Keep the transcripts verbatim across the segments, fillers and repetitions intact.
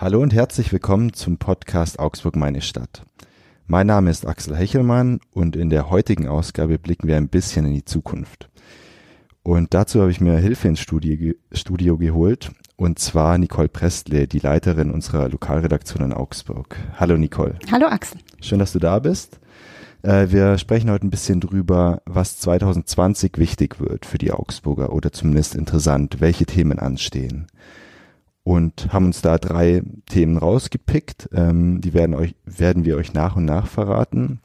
Hallo und herzlich willkommen zum Podcast Augsburg meine Stadt. Mein Name ist Axel Hechelmann und in der heutigen Ausgabe blicken wir ein bisschen in die Zukunft. Und dazu habe ich mir Hilfe ins Studio, Studio geholt, und zwar Nicole Prestle, die Leiterin unserer Lokalredaktion in Augsburg. Hallo Nicole. Hallo Axel. Schön, dass du da bist. Äh, wir sprechen heute ein bisschen drüber, was zwanzig zwanzig wichtig wird für die Augsburger oder zumindest interessant, welche Themen anstehen. Und haben uns da drei Themen rausgepickt, ähm, die werden euch, werden wir euch nach und nach verraten.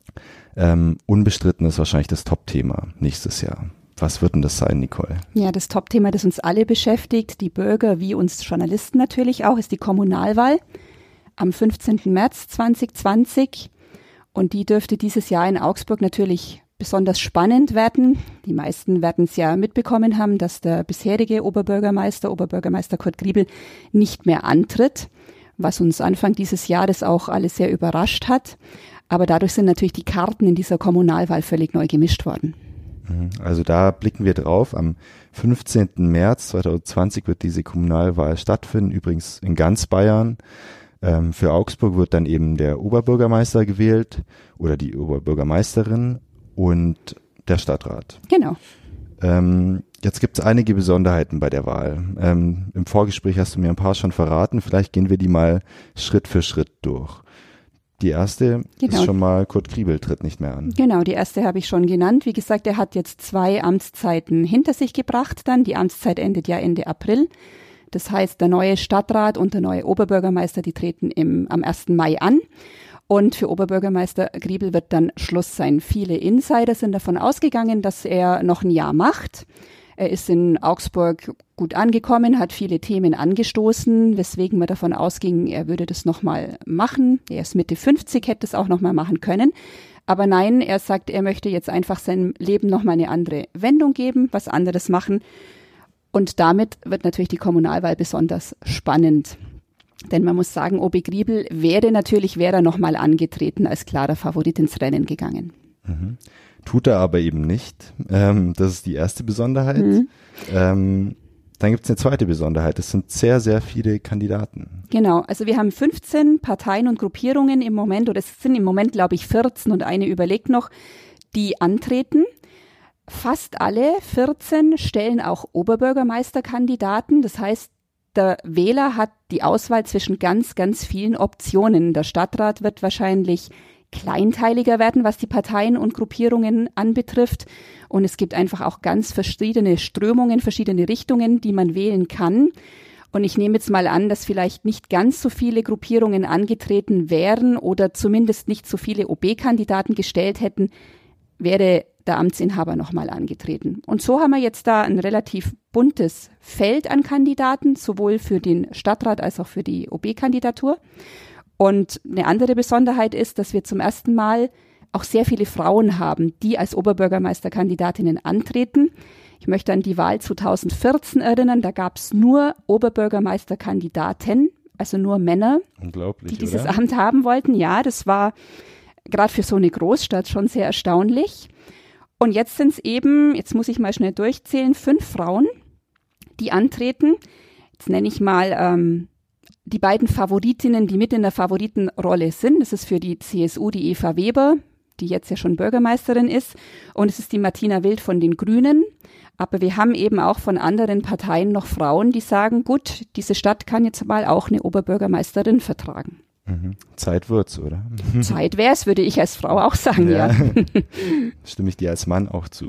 Ähm, unbestritten ist wahrscheinlich das Top-Thema nächstes Jahr. Was wird denn das sein, Nicole? Ja, das Top-Thema, das uns alle beschäftigt, die Bürger wie uns Journalisten natürlich auch, ist die Kommunalwahl am fünfzehnten März zwanzig zwanzig. Und die dürfte dieses Jahr in Augsburg natürlich besonders spannend werden. Die meisten werden es ja mitbekommen haben, dass der bisherige Oberbürgermeister, Oberbürgermeister Kurt Griebel, nicht mehr antritt, was uns Anfang dieses Jahres auch alles sehr überrascht hat. Aber dadurch sind natürlich die Karten in dieser Kommunalwahl völlig neu gemischt worden. Also da blicken wir drauf. Am fünfzehnten März zwanzig zwanzig wird diese Kommunalwahl stattfinden, übrigens in ganz Bayern. Ähm, für Augsburg wird dann eben der Oberbürgermeister gewählt oder die Oberbürgermeisterin und der Stadtrat. Genau. Ähm, jetzt gibt es einige Besonderheiten bei der Wahl. Ähm, im Vorgespräch hast du mir ein paar schon verraten. Vielleicht gehen wir die mal Schritt für Schritt durch. Die erste genau. ist schon mal, Kurt Griebel tritt nicht mehr an. Genau, die erste habe ich schon genannt. Wie gesagt, er hat jetzt zwei Amtszeiten hinter sich gebracht dann. Die Amtszeit endet ja Ende April. Das heißt, der neue Stadtrat und der neue Oberbürgermeister, die treten im, am ersten Mai an. Und für Oberbürgermeister Griebel wird dann Schluss sein. Viele Insider sind davon ausgegangen, dass er noch ein Jahr macht. Er ist in Augsburg gut angekommen, hat viele Themen angestoßen, weswegen man davon ausging, er würde das nochmal machen. Er ist Mitte fünfzig, hätte es auch nochmal machen können. Aber nein, er sagt, er möchte jetzt einfach seinem Leben nochmal eine andere Wendung geben, was anderes machen. Und damit wird natürlich die Kommunalwahl besonders spannend. Denn man muss sagen, Obi Griebel wäre natürlich, wäre er nochmal angetreten, als klarer Favorit ins Rennen gegangen. Mhm. Tut er aber eben nicht. Ähm, das ist die erste Besonderheit. Mhm. Ähm, dann gibt es eine zweite Besonderheit. Es sind sehr, sehr viele Kandidaten. Genau, also wir haben fünfzehn Parteien und Gruppierungen im Moment, oder es sind im Moment, glaube ich, vierzehn und eine überlegt noch, die antreten. Fast alle vierzehn stellen auch Oberbürgermeisterkandidaten. Das heißt, der Wähler hat die Auswahl zwischen ganz, ganz vielen Optionen. Der Stadtrat wird wahrscheinlich kleinteiliger werden, was die Parteien und Gruppierungen anbetrifft. Und es gibt einfach auch ganz verschiedene Strömungen, verschiedene Richtungen, die man wählen kann. Und ich nehme jetzt mal an, dass vielleicht nicht ganz so viele Gruppierungen angetreten wären oder zumindest nicht so viele O B-Kandidaten gestellt hätten, wäre der Amtsinhaber nochmal angetreten. Und so haben wir jetzt da ein relativ buntes Feld an Kandidaten, sowohl für den Stadtrat als auch für die O B-Kandidatur. Und eine andere Besonderheit ist, dass wir zum ersten Mal auch sehr viele Frauen haben, die als Oberbürgermeisterkandidatinnen antreten. Ich möchte an die Wahl zweitausendvierzehn erinnern, da gab es nur Oberbürgermeisterkandidaten, also nur Männer, Unglaublich, die dieses oder? Amt haben wollten. Ja, das war gerade für so eine Großstadt schon sehr erstaunlich. Und jetzt sind es eben, jetzt muss ich mal schnell durchzählen, fünf Frauen, die antreten. Jetzt nenne ich mal ähm, die beiden Favoritinnen, die mit in der Favoritenrolle sind. Das ist für die C S U die Eva Weber, die jetzt ja schon Bürgermeisterin ist. Und es ist die Martina Wild von den Grünen. Aber wir haben eben auch von anderen Parteien noch Frauen, die sagen, gut, diese Stadt kann jetzt mal auch eine Oberbürgermeisterin vertragen. Mhm. Zeit wird's, oder? Zeit wär's, würde ich als Frau auch sagen, ja. ja. Stimme ich dir als Mann auch zu.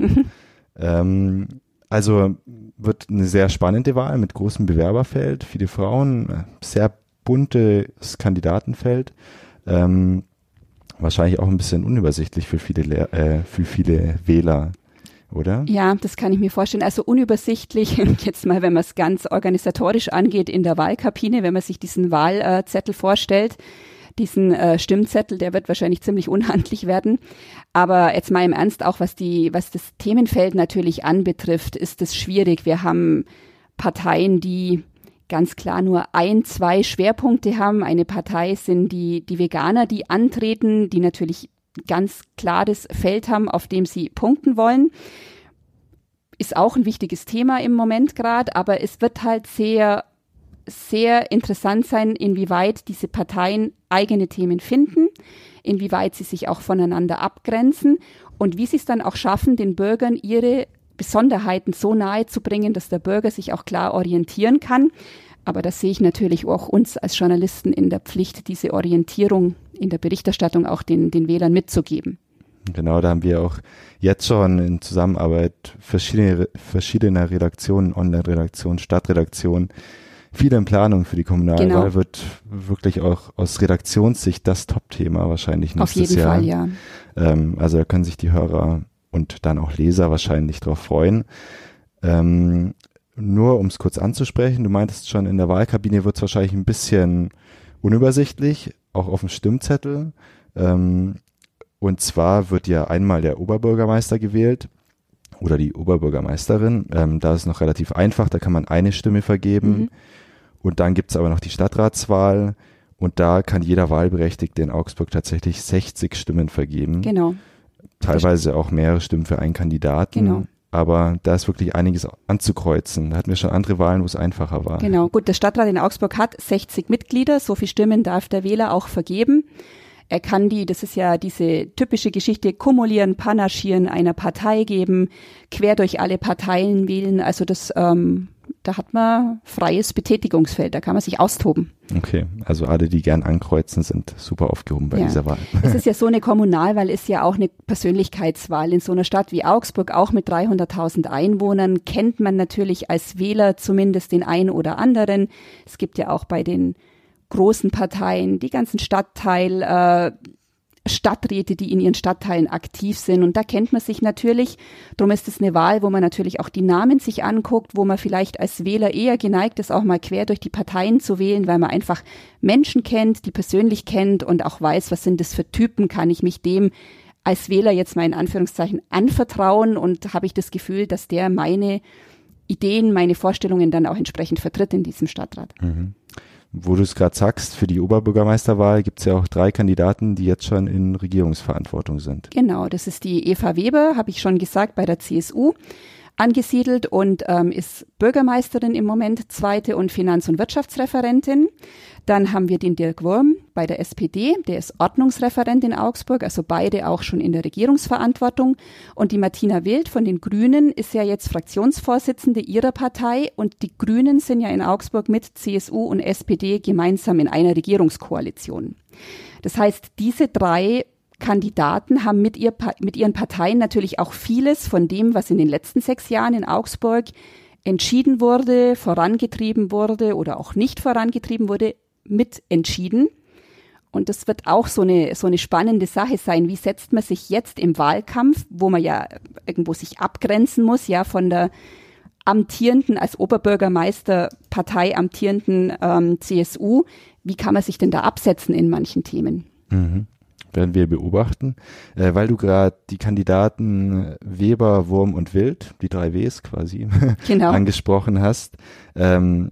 ähm, also wird eine sehr spannende Wahl mit großem Bewerberfeld, viele Frauen, sehr buntes Kandidatenfeld. Ähm, wahrscheinlich auch ein bisschen unübersichtlich für viele, Le- äh, für viele Wähler. Oder? Ja, das kann ich mir vorstellen. Also unübersichtlich, jetzt mal, wenn man es ganz organisatorisch angeht, in der Wahlkabine, wenn man sich diesen Wahlzettel vorstellt, diesen äh, Stimmzettel, der wird wahrscheinlich ziemlich unhandlich werden. Aber jetzt mal im Ernst, auch was die, was das Themenfeld natürlich anbetrifft, ist es schwierig. Wir haben Parteien, die ganz klar nur ein, zwei Schwerpunkte haben. Eine Partei sind die, die Veganer, die antreten, die natürlich ganz klares Feld haben, auf dem sie punkten wollen. Ist auch ein wichtiges Thema im Moment gerade, aber es wird halt sehr sehr interessant sein, inwieweit diese Parteien eigene Themen finden, inwieweit sie sich auch voneinander abgrenzen und wie sie es dann auch schaffen, den Bürgern ihre Besonderheiten so nahe zu bringen, dass der Bürger sich auch klar orientieren kann. Aber das sehe ich natürlich auch uns als Journalisten in der Pflicht, diese Orientierung in der Berichterstattung auch den, den Wählern mitzugeben. Genau, da haben wir auch jetzt schon in Zusammenarbeit verschiedene, verschiedene Redaktionen, Online-Redaktionen, Stadtredaktionen, viele in Planung für die Kommunalwahl, genau. Wird wirklich auch aus Redaktionssicht das Top-Thema wahrscheinlich nächstes Jahr. Auf jeden Jahr. Fall, ja. Ähm, also da können sich die Hörer und dann auch Leser wahrscheinlich drauf freuen. Ähm, nur um es kurz anzusprechen, du meintest schon, in der Wahlkabine wird es wahrscheinlich ein bisschen unübersichtlich, auch auf dem Stimmzettel. Ähm, und zwar wird ja einmal der Oberbürgermeister gewählt oder die Oberbürgermeisterin. Ähm, da ist es noch relativ einfach, da kann man eine Stimme vergeben. Mhm. Und dann gibt es aber noch die Stadtratswahl und da kann jeder Wahlberechtigte in Augsburg tatsächlich sechzig Stimmen vergeben. Genau. Teilweise auch mehrere Stimmen für einen Kandidaten. Genau. Aber da ist wirklich einiges anzukreuzen. Da hatten wir schon andere Wahlen, wo es einfacher war. Genau. Gut, der Stadtrat in Augsburg hat sechzig Mitglieder. So viele Stimmen darf der Wähler auch vergeben. Er kann die, das ist ja diese typische Geschichte, kumulieren, panaschieren, einer Partei geben, quer durch alle Parteien wählen. Also das, ähm, da hat man freies Betätigungsfeld, da kann man sich austoben. Okay, also alle, die gern ankreuzen, sind super aufgehoben bei ja. dieser Wahl. Es ist ja so, eine Kommunalwahl ist ja auch eine Persönlichkeitswahl. In so einer Stadt wie Augsburg, auch mit dreihunderttausend Einwohnern, kennt man natürlich als Wähler zumindest den einen oder anderen. Es gibt ja auch bei den großen Parteien, die ganzen Stadtteil, äh, Stadträte, die in ihren Stadtteilen aktiv sind. Und da kennt man sich natürlich. Darum ist es eine Wahl, wo man natürlich auch die Namen sich anguckt, wo man vielleicht als Wähler eher geneigt ist, auch mal quer durch die Parteien zu wählen, weil man einfach Menschen kennt, die persönlich kennt und auch weiß, was sind das für Typen, kann ich mich dem als Wähler jetzt mal in Anführungszeichen anvertrauen und habe ich das Gefühl, dass der meine Ideen, meine Vorstellungen dann auch entsprechend vertritt in diesem Stadtrat. Mhm. Wo du es gerade sagst, für die Oberbürgermeisterwahl gibt es ja auch drei Kandidaten, die jetzt schon in Regierungsverantwortung sind. Genau, das ist die Eva Weber, habe ich schon gesagt, bei der C S U angesiedelt und ähm, ist Bürgermeisterin im Moment, zweite und Finanz- und Wirtschaftsreferentin. Dann haben wir den Dirk Wurm bei der S P D, der ist Ordnungsreferent in Augsburg, also beide auch schon in der Regierungsverantwortung. Und die Martina Wild von den Grünen ist ja jetzt Fraktionsvorsitzende ihrer Partei und die Grünen sind ja in Augsburg mit C S U und S P D gemeinsam in einer Regierungskoalition. Das heißt, diese drei Kandidaten haben mit, ihr, mit ihren Parteien natürlich auch vieles von dem, was in den letzten sechs Jahren in Augsburg entschieden wurde, vorangetrieben wurde oder auch nicht vorangetrieben wurde, mit entschieden. Und das wird auch so eine, so eine spannende Sache sein. Wie setzt man sich jetzt im Wahlkampf, wo man ja irgendwo sich abgrenzen muss, ja, von der amtierenden, als Oberbürgermeister Partei amtierenden ähm, C S U, wie kann man sich denn da absetzen in manchen Themen? Mhm. Werden wir beobachten, äh, weil du gerade die Kandidaten Weber, Wurm und Wild, die drei Ws quasi, genau. angesprochen hast. Ähm,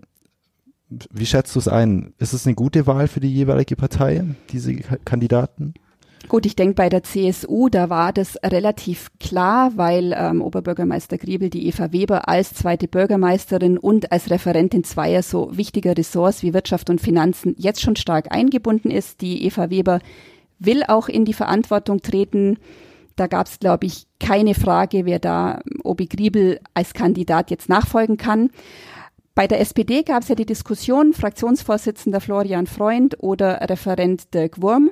wie schätzt du es ein? Ist es eine gute Wahl für die jeweilige Partei, diese K- Kandidaten? Gut, ich denke, bei der C S U, da war das relativ klar, weil ähm, Oberbürgermeister Griebel die Eva Weber als zweite Bürgermeisterin und als Referentin zweier so wichtiger Ressorts wie Wirtschaft und Finanzen jetzt schon stark eingebunden ist. Die Eva Weber will auch in die Verantwortung treten. Da gab es, glaube ich, keine Frage, wer da Obi Griebel als Kandidat jetzt nachfolgen kann. Bei der S P D gab es ja die Diskussion, Fraktionsvorsitzender Florian Freund oder Referent Dirk Wurm.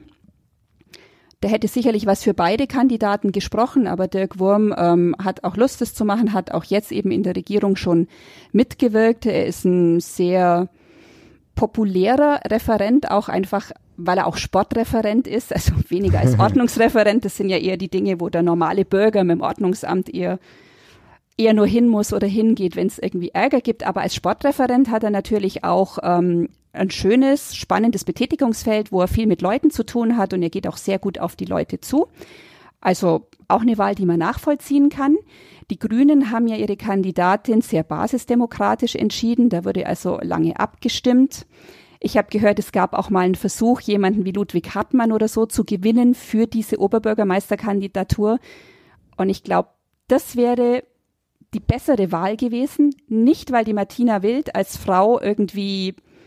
Der hätte sicherlich was für beide Kandidaten gesprochen, aber Dirk Wurm ähm, hat auch Lust, das zu machen, hat auch jetzt eben in der Regierung schon mitgewirkt. Er ist ein sehr populärer Referent, auch einfach, weil er auch Sportreferent ist, also weniger als Ordnungsreferent. Das sind ja eher die Dinge, wo der normale Bürger mit dem Ordnungsamt eher, eher nur hin muss oder hingeht, wenn es irgendwie Ärger gibt. Aber als Sportreferent hat er natürlich auch ähm, ein schönes, spannendes Betätigungsfeld, wo er viel mit Leuten zu tun hat und er geht auch sehr gut auf die Leute zu. Also auch eine Wahl, die man nachvollziehen kann. Die Grünen haben ja ihre Kandidatin sehr basisdemokratisch entschieden. Da wurde also lange abgestimmt. Ich habe gehört, es gab auch mal einen Versuch, jemanden wie Ludwig Hartmann oder so zu gewinnen für diese Oberbürgermeisterkandidatur. Und ich glaube, das wäre die bessere Wahl gewesen. Nicht, weil die Martina Wild als Frau irgendwie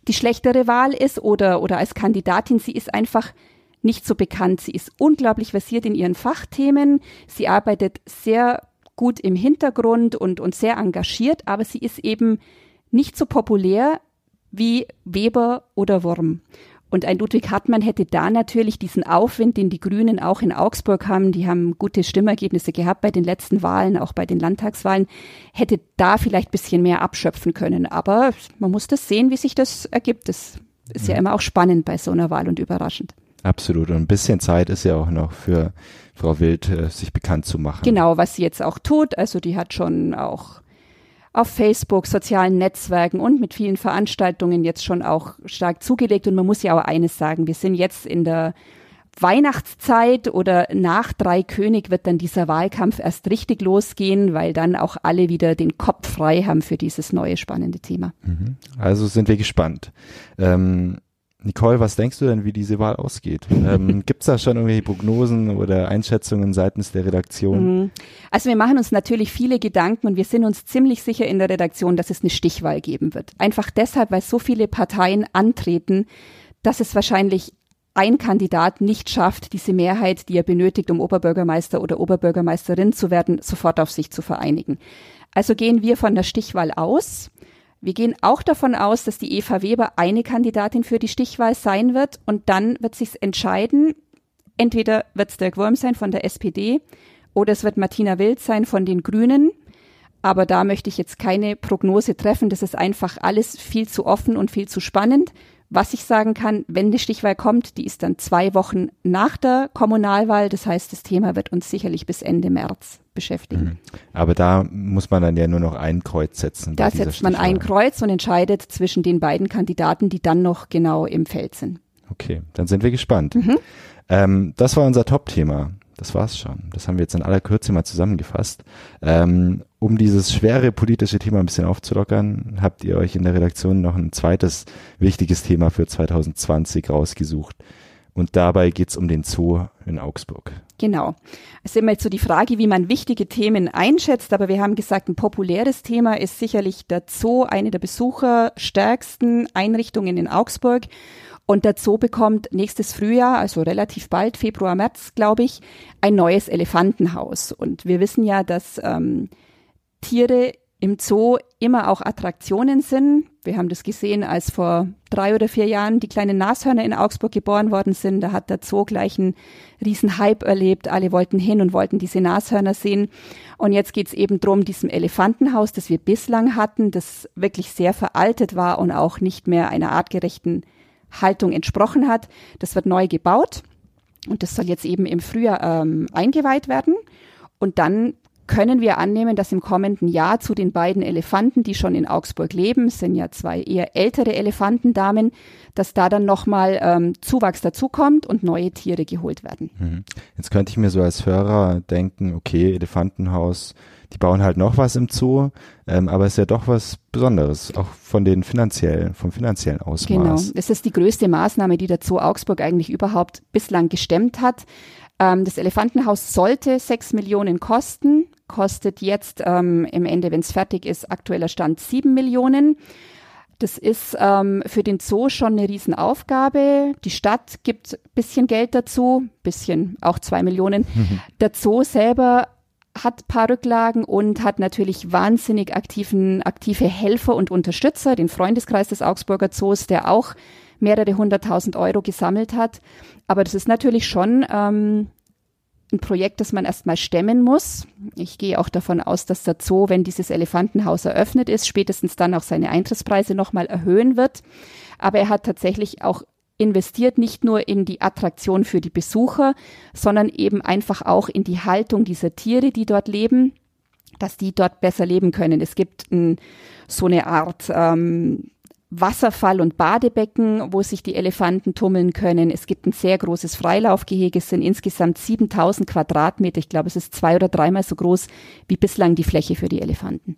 die schlechtere Wahl ist oder, oder als Kandidatin. Sie ist einfach nicht so bekannt. Sie ist unglaublich versiert in ihren Fachthemen. Sie arbeitet sehr gut im Hintergrund und, und sehr engagiert, aber sie ist eben nicht so populär wie Weber oder Worm. Und ein Ludwig Hartmann hätte da natürlich diesen Aufwind, den die Grünen auch in Augsburg haben, die haben gute Stimmergebnisse gehabt bei den letzten Wahlen, auch bei den Landtagswahlen, hätte da vielleicht ein bisschen mehr abschöpfen können. Aber man muss das sehen, wie sich das ergibt. Das ist ja immer auch spannend bei so einer Wahl und überraschend. Absolut. Und ein bisschen Zeit ist ja auch noch für Frau Wild, sich bekannt zu machen. Genau, was sie jetzt auch tut. Also die hat schon auch auf Facebook, sozialen Netzwerken und mit vielen Veranstaltungen jetzt schon auch stark zugelegt. Und man muss ja auch eines sagen, wir sind jetzt in der Weihnachtszeit oder nach Drei König wird dann dieser Wahlkampf erst richtig losgehen, weil dann auch alle wieder den Kopf frei haben für dieses neue spannende Thema. Also sind wir gespannt. Ähm, Nicole, was denkst du denn, wie diese Wahl ausgeht? Ähm, gibt es da schon irgendwelche Prognosen oder Einschätzungen seitens der Redaktion? Also wir machen uns natürlich viele Gedanken und wir sind uns ziemlich sicher in der Redaktion, dass es eine Stichwahl geben wird. Einfach deshalb, weil so viele Parteien antreten, dass es wahrscheinlich ein Kandidat nicht schafft, diese Mehrheit, die er benötigt, um Oberbürgermeister oder Oberbürgermeisterin zu werden, sofort auf sich zu vereinigen. Also gehen wir von der Stichwahl aus. Wir gehen auch davon aus, dass die Eva Weber eine Kandidatin für die Stichwahl sein wird und dann wird sich's entscheiden. Entweder wird es Dirk Worm sein von der S P D oder es wird Martina Wild sein von den Grünen. Aber da möchte ich jetzt keine Prognose treffen. Das ist einfach alles viel zu offen und viel zu spannend. Was ich sagen kann, wenn die Stichwahl kommt, die ist dann zwei Wochen nach der Kommunalwahl. Das heißt, das Thema wird uns sicherlich bis Ende März beschäftigen. Aber da muss man dann ja nur noch ein Kreuz setzen. Da setzt man ein Kreuz und entscheidet zwischen den beiden Kandidaten, die dann noch genau im Feld sind. Okay, dann sind wir gespannt. Mhm. Ähm, das war unser Top-Thema. Das war's schon. Das haben wir jetzt in aller Kürze mal zusammengefasst. Ähm, um dieses schwere politische Thema ein bisschen aufzulockern, habt ihr euch in der Redaktion noch ein zweites wichtiges Thema für zwanzig zwanzig rausgesucht. Und dabei geht's um den Zoo in Augsburg. Genau. Es ist immer jetzt so die Frage, wie man wichtige Themen einschätzt, aber wir haben gesagt, ein populäres Thema ist sicherlich der Zoo, eine der besucherstärksten Einrichtungen in Augsburg. Und der Zoo bekommt nächstes Frühjahr, also relativ bald, Februar, März, glaube ich, ein neues Elefantenhaus. Und wir wissen ja, dass ähm, Tiere im Zoo immer auch Attraktionen sind. Wir haben das gesehen, als vor drei oder vier Jahren die kleinen Nashörner in Augsburg geboren worden sind. Da hat der Zoo gleich einen riesen Hype erlebt. Alle wollten hin und wollten diese Nashörner sehen. Und jetzt geht es eben drum, diesem Elefantenhaus, das wir bislang hatten, das wirklich sehr veraltet war und auch nicht mehr einer artgerechten Haltung entsprochen hat. Das wird neu gebaut und das soll jetzt eben im Frühjahr ähm, eingeweiht werden. Und dann können wir annehmen, dass im kommenden Jahr zu den beiden Elefanten, die schon in Augsburg leben, es sind ja zwei eher ältere Elefantendamen, dass da dann nochmal ähm, Zuwachs dazukommt und neue Tiere geholt werden. Jetzt könnte ich mir so als Hörer denken, okay, Elefantenhaus, die bauen halt noch was im Zoo, ähm, aber es ist ja doch was Besonderes, auch von den finanziellen, vom finanziellen Ausmaß. Genau, es ist die größte Maßnahme, die der Zoo Augsburg eigentlich überhaupt bislang gestemmt hat. Ähm, das Elefantenhaus sollte sechs Millionen kosten, kostet jetzt ähm, im Ende, wenn es fertig ist, aktueller Stand sieben Millionen. Das ist ähm, für den Zoo schon eine Riesenaufgabe. Die Stadt gibt ein bisschen Geld dazu, bisschen, auch zwei Millionen. Mhm. Der Zoo selber hat ein paar Rücklagen und hat natürlich wahnsinnig aktiven, aktive Helfer und Unterstützer, den Freundeskreis des Augsburger Zoos, der auch mehrere hunderttausend Euro gesammelt hat. Aber das ist natürlich schon ähm, ein Projekt, das man erstmal stemmen muss. Ich gehe auch davon aus, dass der Zoo, wenn dieses Elefantenhaus eröffnet ist, spätestens dann auch seine Eintrittspreise nochmal erhöhen wird. Aber er hat tatsächlich auch investiert nicht nur in die Attraktion für die Besucher, sondern eben einfach auch in die Haltung dieser Tiere, die dort leben, dass die dort besser leben können. Es gibt ein, so eine Art ähm, Wasserfall- und Badebecken, wo sich die Elefanten tummeln können. Es gibt ein sehr großes Freilaufgehege, es sind insgesamt siebentausend Quadratmeter. Ich glaube, es ist zwei- oder dreimal so groß wie bislang die Fläche für die Elefanten.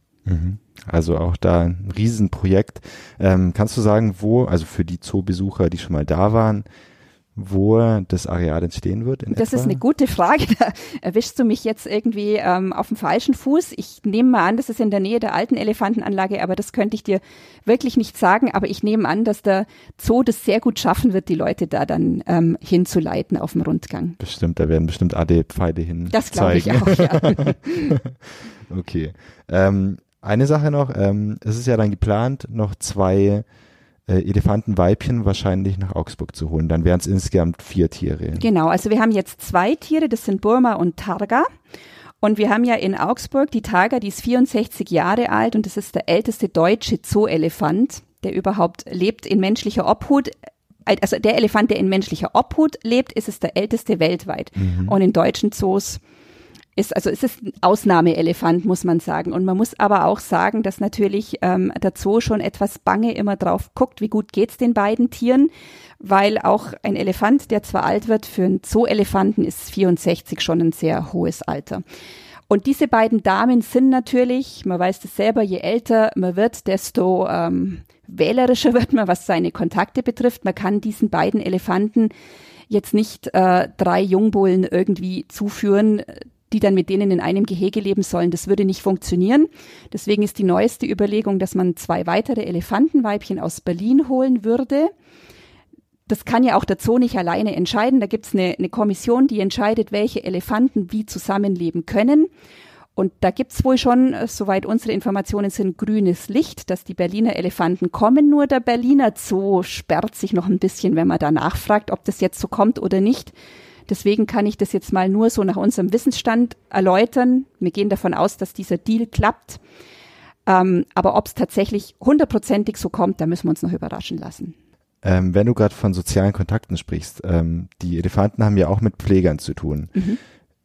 Also auch da ein Riesenprojekt. Ähm, kannst du sagen, wo, also für die Zoobesucher, die schon mal da waren, wo das Areal entstehen wird? In das etwa? ist eine gute Frage. Da erwischst du mich jetzt irgendwie ähm, auf dem falschen Fuß. Ich nehme mal an, das ist in der Nähe der alten Elefantenanlage, aber das könnte ich dir wirklich nicht sagen. Aber ich nehme an, dass der Zoo das sehr gut schaffen wird, die Leute da dann ähm, hinzuleiten auf dem Rundgang. Bestimmt, da werden bestimmt A D-Pfeile hin. Das glaube ich auch, ja. Okay. Ähm, eine Sache noch, ähm, es ist ja dann geplant, noch zwei äh, Elefantenweibchen wahrscheinlich nach Augsburg zu holen. Dann wären es insgesamt vier Tiere. Genau, also wir haben jetzt zwei Tiere, das sind Burma und Targa. Und wir haben ja in Augsburg die Targa, die ist vierundsechzig Jahre alt und das ist der älteste deutsche Zoo-Elefant, der überhaupt lebt in menschlicher Obhut. Also der Elefant, der in menschlicher Obhut lebt, ist es der älteste weltweit. Mhm. Und in deutschen Zoos ist, also es ist ein Ausnahmeelefant, muss man sagen. Und man muss aber auch sagen, dass natürlich ähm, der Zoo schon etwas bange immer drauf guckt, wie gut geht's den beiden Tieren, weil auch ein Elefant, der zwar alt wird, für einen Zoo-Elefanten ist vierundsechzig schon ein sehr hohes Alter. Und diese beiden Damen sind natürlich, man weiß das selber, je älter man wird, desto ähm, wählerischer wird man, was seine Kontakte betrifft. Man kann diesen beiden Elefanten jetzt nicht äh, drei Jungbullen irgendwie zuführen, die dann mit denen in einem Gehege leben sollen. Das würde nicht funktionieren. Deswegen ist die neueste Überlegung, dass man zwei weitere Elefantenweibchen aus Berlin holen würde. Das kann ja auch der Zoo nicht alleine entscheiden. Da gibt's eine, eine Kommission, die entscheidet, welche Elefanten wie zusammenleben können. Und da gibt's wohl schon, soweit unsere Informationen sind, grünes Licht, dass die Berliner Elefanten kommen. Nur der Berliner Zoo sperrt sich noch ein bisschen, wenn man da nachfragt, ob das jetzt so kommt oder nicht. Deswegen kann ich das jetzt mal nur so nach unserem Wissensstand erläutern. Wir gehen davon aus, dass dieser Deal klappt. Ähm, aber ob es tatsächlich hundertprozentig so kommt, da müssen wir uns noch überraschen lassen. Ähm, wenn du gerade von sozialen Kontakten sprichst, ähm, die Elefanten haben ja auch mit Pflegern zu tun. Mhm.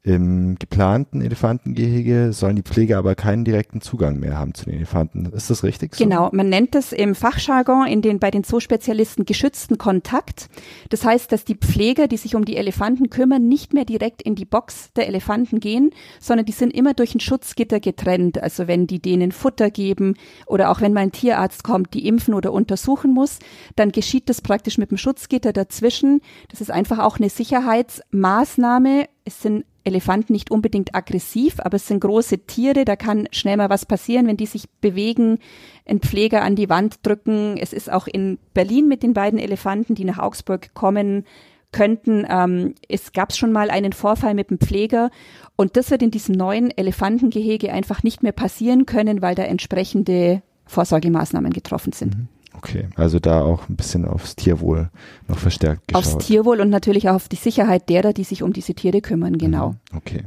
Im geplanten Elefantengehege sollen die Pfleger aber keinen direkten Zugang mehr haben zu den Elefanten. Ist das richtig so? Genau, man nennt es im Fachjargon in den, bei den Zoospezialisten geschützten Kontakt. Das heißt, dass die Pfleger, die sich um die Elefanten kümmern, nicht mehr direkt in die Box der Elefanten gehen, sondern die sind immer durch ein Schutzgitter getrennt. Also wenn die denen Futter geben oder auch wenn mal ein Tierarzt kommt, die impfen oder untersuchen muss, dann geschieht das praktisch mit dem Schutzgitter dazwischen. Das ist einfach auch eine Sicherheitsmaßnahme. Es sind Elefanten nicht unbedingt aggressiv, aber es sind große Tiere, da kann schnell mal was passieren, wenn die sich bewegen, einen Pfleger an die Wand drücken. Es ist auch in Berlin mit den beiden Elefanten, die nach Augsburg kommen könnten. Ähm, es gab schon mal einen Vorfall mit dem Pfleger und das wird in diesem neuen Elefantengehege einfach nicht mehr passieren können, weil da entsprechende Vorsorgemaßnahmen getroffen sind. Mhm. Okay, also da auch ein bisschen aufs Tierwohl noch verstärkt geschaut. Aufs Tierwohl und natürlich auch auf die Sicherheit derer, die sich um diese Tiere kümmern, genau. Okay.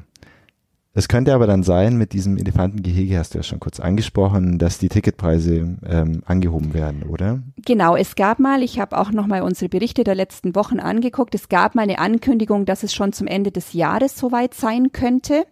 Es könnte aber dann sein, mit diesem Elefantengehege, hast du ja schon kurz angesprochen, dass die Ticketpreise ähm, angehoben werden, oder? Genau, es gab mal, ich habe auch nochmal unsere Berichte der letzten Wochen angeguckt, es gab mal eine Ankündigung, dass es schon zum Ende des Jahres soweit sein könnte.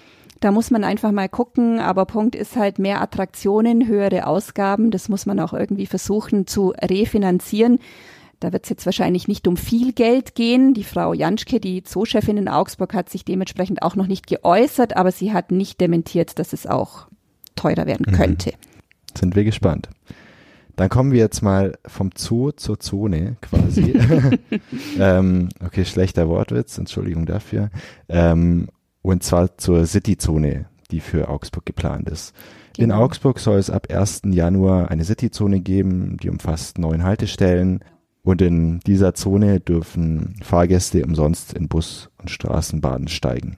Da muss man einfach mal gucken, aber Punkt ist halt mehr Attraktionen, höhere Ausgaben, das muss man auch irgendwie versuchen zu refinanzieren. Da wird es jetzt wahrscheinlich nicht um viel Geld gehen. Die Frau Janschke, die Zoochefin in Augsburg, hat sich dementsprechend auch noch nicht geäußert, aber sie hat nicht dementiert, dass es auch teurer werden könnte. Mhm. Sind wir gespannt. Dann kommen wir jetzt mal vom Zoo zur Zone quasi. ähm, okay, schlechter Wortwitz, Entschuldigung dafür. Ähm, Und zwar zur Cityzone, die für Augsburg geplant ist. Genau. In Augsburg soll es ab ersten Januar eine Cityzone geben, die umfasst neun Haltestellen. Und in dieser Zone dürfen Fahrgäste umsonst in Bus und Straßenbahn steigen.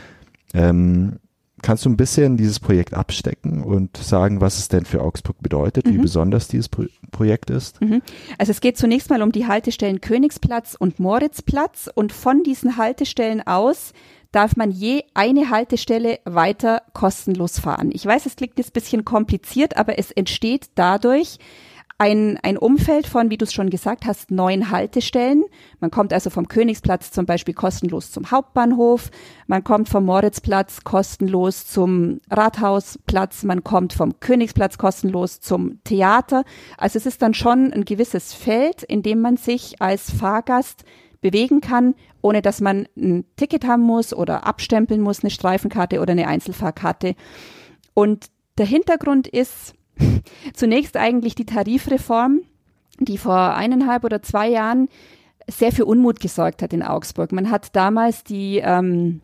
Ähm, kannst du ein bisschen dieses Projekt abstecken und sagen, was es denn für Augsburg bedeutet, mhm. wie besonders dieses Pro- Projekt ist? Mhm. Also es geht zunächst mal um die Haltestellen Königsplatz und Moritzplatz. Und von diesen Haltestellen aus darf man je eine Haltestelle weiter kostenlos fahren. Ich weiß, es klingt jetzt ein bisschen kompliziert, aber es entsteht dadurch ein, ein Umfeld von, wie du es schon gesagt hast, neun Haltestellen. Man kommt also vom Königsplatz zum Beispiel kostenlos zum Hauptbahnhof. Man kommt vom Moritzplatz kostenlos zum Rathausplatz. Man kommt vom Königsplatz kostenlos zum Theater. Also es ist dann schon ein gewisses Feld, in dem man sich als Fahrgast bewegen kann, ohne dass man ein Ticket haben muss oder abstempeln muss, eine Streifenkarte oder eine Einzelfahrkarte. Und der Hintergrund ist zunächst eigentlich die Tarifreform, die vor eineinhalb oder zwei Jahren sehr für Unmut gesorgt hat in Augsburg. Man hat damals die, ähm,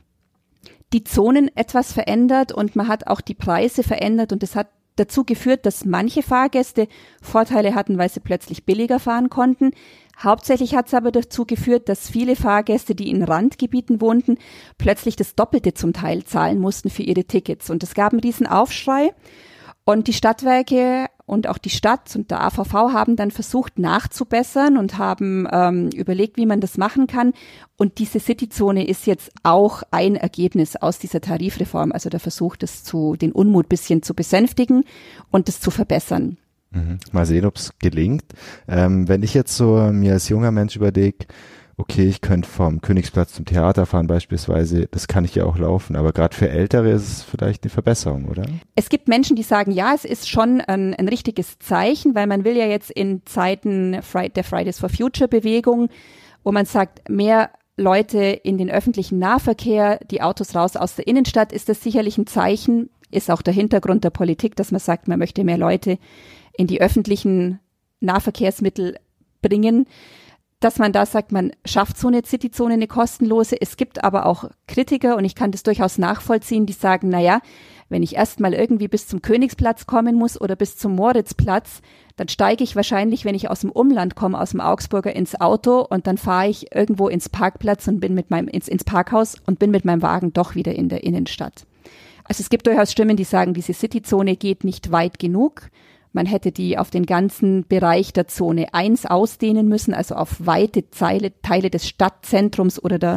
die Zonen etwas verändert und man hat auch die Preise verändert und das hat dazu geführt, dass manche Fahrgäste Vorteile hatten, weil sie plötzlich billiger fahren konnten. Hauptsächlich hat es aber dazu geführt, dass viele Fahrgäste, die in Randgebieten wohnten, plötzlich das Doppelte zum Teil zahlen mussten für ihre Tickets. Und es gab einen riesen Aufschrei. Und die Stadtwerke und auch die Stadt und der A V V haben dann versucht nachzubessern und haben ähm, überlegt, wie man das machen kann. Und diese Cityzone ist jetzt auch ein Ergebnis aus dieser Tarifreform. Also der Versuch, das zu, den Unmut bisschen zu besänftigen und das zu verbessern. Mhm. Mal sehen, ob es gelingt. Ähm, wenn ich jetzt so mir als junger Mensch überlege, okay, ich könnte vom Königsplatz zum Theater fahren beispielsweise, das kann ich ja auch laufen, aber gerade für Ältere ist es vielleicht eine Verbesserung, oder? Es gibt Menschen, die sagen, ja, es ist schon ein, ein richtiges Zeichen, weil man will ja jetzt in Zeiten der Fridays for Future Bewegung, wo man sagt, mehr Leute in den öffentlichen Nahverkehr, die Autos raus aus der Innenstadt, ist das sicherlich ein Zeichen, ist auch der Hintergrund der Politik, dass man sagt, man möchte mehr Leute in die öffentlichen Nahverkehrsmittel bringen, dass man da sagt, man schafft so eine Cityzone, eine kostenlose. Es gibt aber auch Kritiker und ich kann das durchaus nachvollziehen, die sagen, na ja, wenn ich erst mal irgendwie bis zum Königsplatz kommen muss oder bis zum Moritzplatz, dann steige ich wahrscheinlich, wenn ich aus dem Umland komme, aus dem Augsburger ins Auto und dann fahre ich irgendwo ins Parkplatz und bin mit meinem, ins, ins Parkhaus und bin mit meinem Wagen doch wieder in der Innenstadt. Also es gibt durchaus Stimmen, die sagen, diese Cityzone geht nicht weit genug. Man hätte die auf den ganzen Bereich der Zone eins ausdehnen müssen, also auf weite Teile, Teile des Stadtzentrums oder der,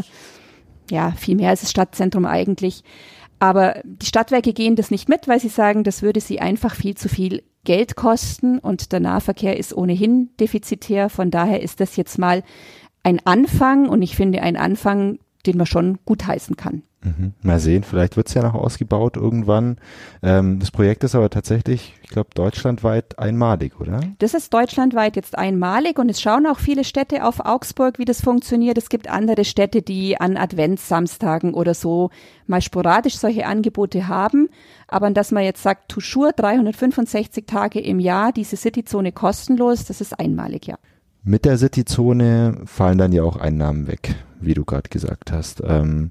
ja, viel mehr als das Stadtzentrum eigentlich. Aber die Stadtwerke gehen das nicht mit, weil sie sagen, das würde sie einfach viel zu viel Geld kosten und der Nahverkehr ist ohnehin defizitär. Von daher ist das jetzt mal ein Anfang und ich finde ein Anfang, den man schon gutheißen kann. Mhm. Mal sehen, vielleicht wird es ja noch ausgebaut irgendwann. Ähm, das Projekt ist aber tatsächlich, ich glaube, deutschlandweit einmalig, oder? Das ist deutschlandweit jetzt einmalig und es schauen auch viele Städte auf Augsburg, wie das funktioniert. Es gibt andere Städte, die an Adventssamstagen oder so mal sporadisch solche Angebote haben. Aber dass man jetzt sagt, toujours dreihundertfünfundsechzig Tage im Jahr, diese Cityzone kostenlos, das ist einmalig, ja. Mit der Cityzone fallen dann ja auch Einnahmen weg, wie du gerade gesagt hast. Ähm,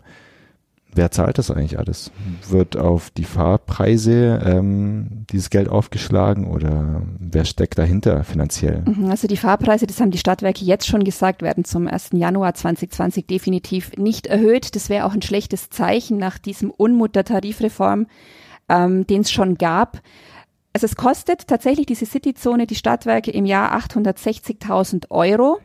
wer zahlt das eigentlich alles? Wird auf die Fahrpreise ähm, dieses Geld aufgeschlagen oder wer steckt dahinter finanziell? Also die Fahrpreise, das haben die Stadtwerke jetzt schon gesagt, werden zum ersten Januar zweitausendzwanzig definitiv nicht erhöht. Das wäre auch ein schlechtes Zeichen nach diesem Unmut der Tarifreform, ähm, den es schon gab. Also es kostet tatsächlich diese Cityzone, die Stadtwerke im Jahr achthundertsechzigtausend Euro.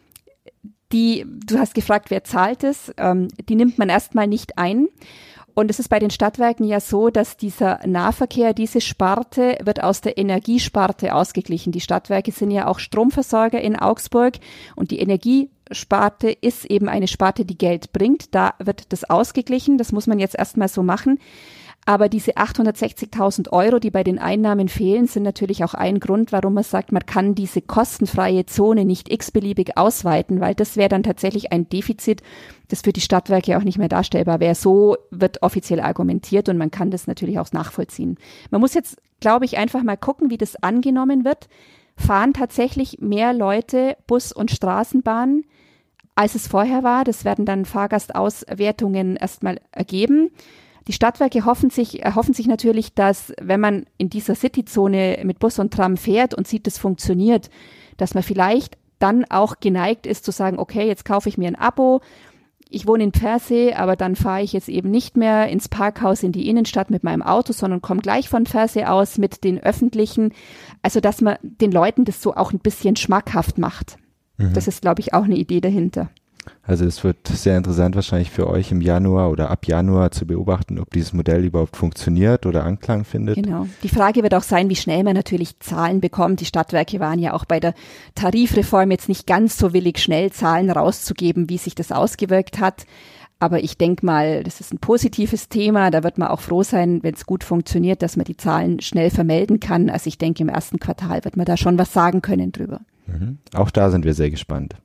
Die, du hast gefragt, wer zahlt es? Ähm, die nimmt man erstmal nicht ein. Und es ist bei den Stadtwerken ja so, dass dieser Nahverkehr, diese Sparte wird aus der Energiesparte ausgeglichen. Die Stadtwerke sind ja auch Stromversorger in Augsburg und die Energiesparte ist eben eine Sparte, die Geld bringt. Da wird das ausgeglichen. Das muss man jetzt erstmal so machen. Aber diese achthundertsechzigtausend Euro, die bei den Einnahmen fehlen, sind natürlich auch ein Grund, warum man sagt, man kann diese kostenfreie Zone nicht x-beliebig ausweiten, weil das wäre dann tatsächlich ein Defizit, das für die Stadtwerke auch nicht mehr darstellbar wäre. So wird offiziell argumentiert und man kann das natürlich auch nachvollziehen. Man muss jetzt, glaube ich, einfach mal gucken, wie das angenommen wird. Fahren tatsächlich mehr Leute Bus und Straßenbahn, als es vorher war? Das werden dann Fahrgastauswertungen erstmal ergeben. Die Stadtwerke hoffen sich, erhoffen sich natürlich, dass wenn man in dieser Cityzone mit Bus und Tram fährt und sieht, das funktioniert, dass man vielleicht dann auch geneigt ist zu sagen, okay, jetzt kaufe ich mir ein Abo, ich wohne in Pfersee, aber dann fahre ich jetzt eben nicht mehr ins Parkhaus in die Innenstadt mit meinem Auto, sondern komme gleich von Pfersee aus mit den Öffentlichen. Also dass man den Leuten das so auch ein bisschen schmackhaft macht. Mhm. Das ist, glaube ich, auch eine Idee dahinter. Also es wird sehr interessant wahrscheinlich für euch im Januar oder ab Januar zu beobachten, ob dieses Modell überhaupt funktioniert oder Anklang findet. Genau. Die Frage wird auch sein, wie schnell man natürlich Zahlen bekommt. Die Stadtwerke waren ja auch bei der Tarifreform jetzt nicht ganz so willig, schnell Zahlen rauszugeben, wie sich das ausgewirkt hat. Aber ich denke mal, das ist ein positives Thema. Da wird man auch froh sein, wenn es gut funktioniert, dass man die Zahlen schnell vermelden kann. Also ich denke, im ersten Quartal wird man da schon was sagen können drüber. Mhm. Auch da sind wir sehr gespannt.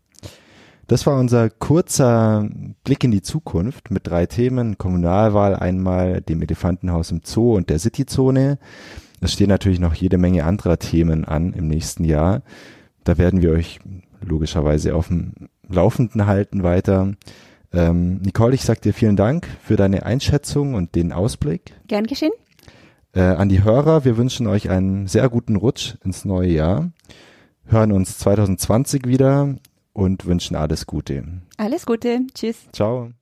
Das war unser kurzer Blick in die Zukunft mit drei Themen. Kommunalwahl einmal, dem Elefantenhaus im Zoo und der Cityzone. Es stehen natürlich noch jede Menge anderer Themen an im nächsten Jahr. Da werden wir euch logischerweise auf dem Laufenden halten weiter. Ähm, Nicole, ich sag dir vielen Dank für deine Einschätzung und den Ausblick. Gern geschehen. Äh, an die Hörer, wir wünschen euch einen sehr guten Rutsch ins neue Jahr, hören uns zwanzig zwanzig wieder und wünschen alles Gute. Alles Gute. Tschüss. Ciao.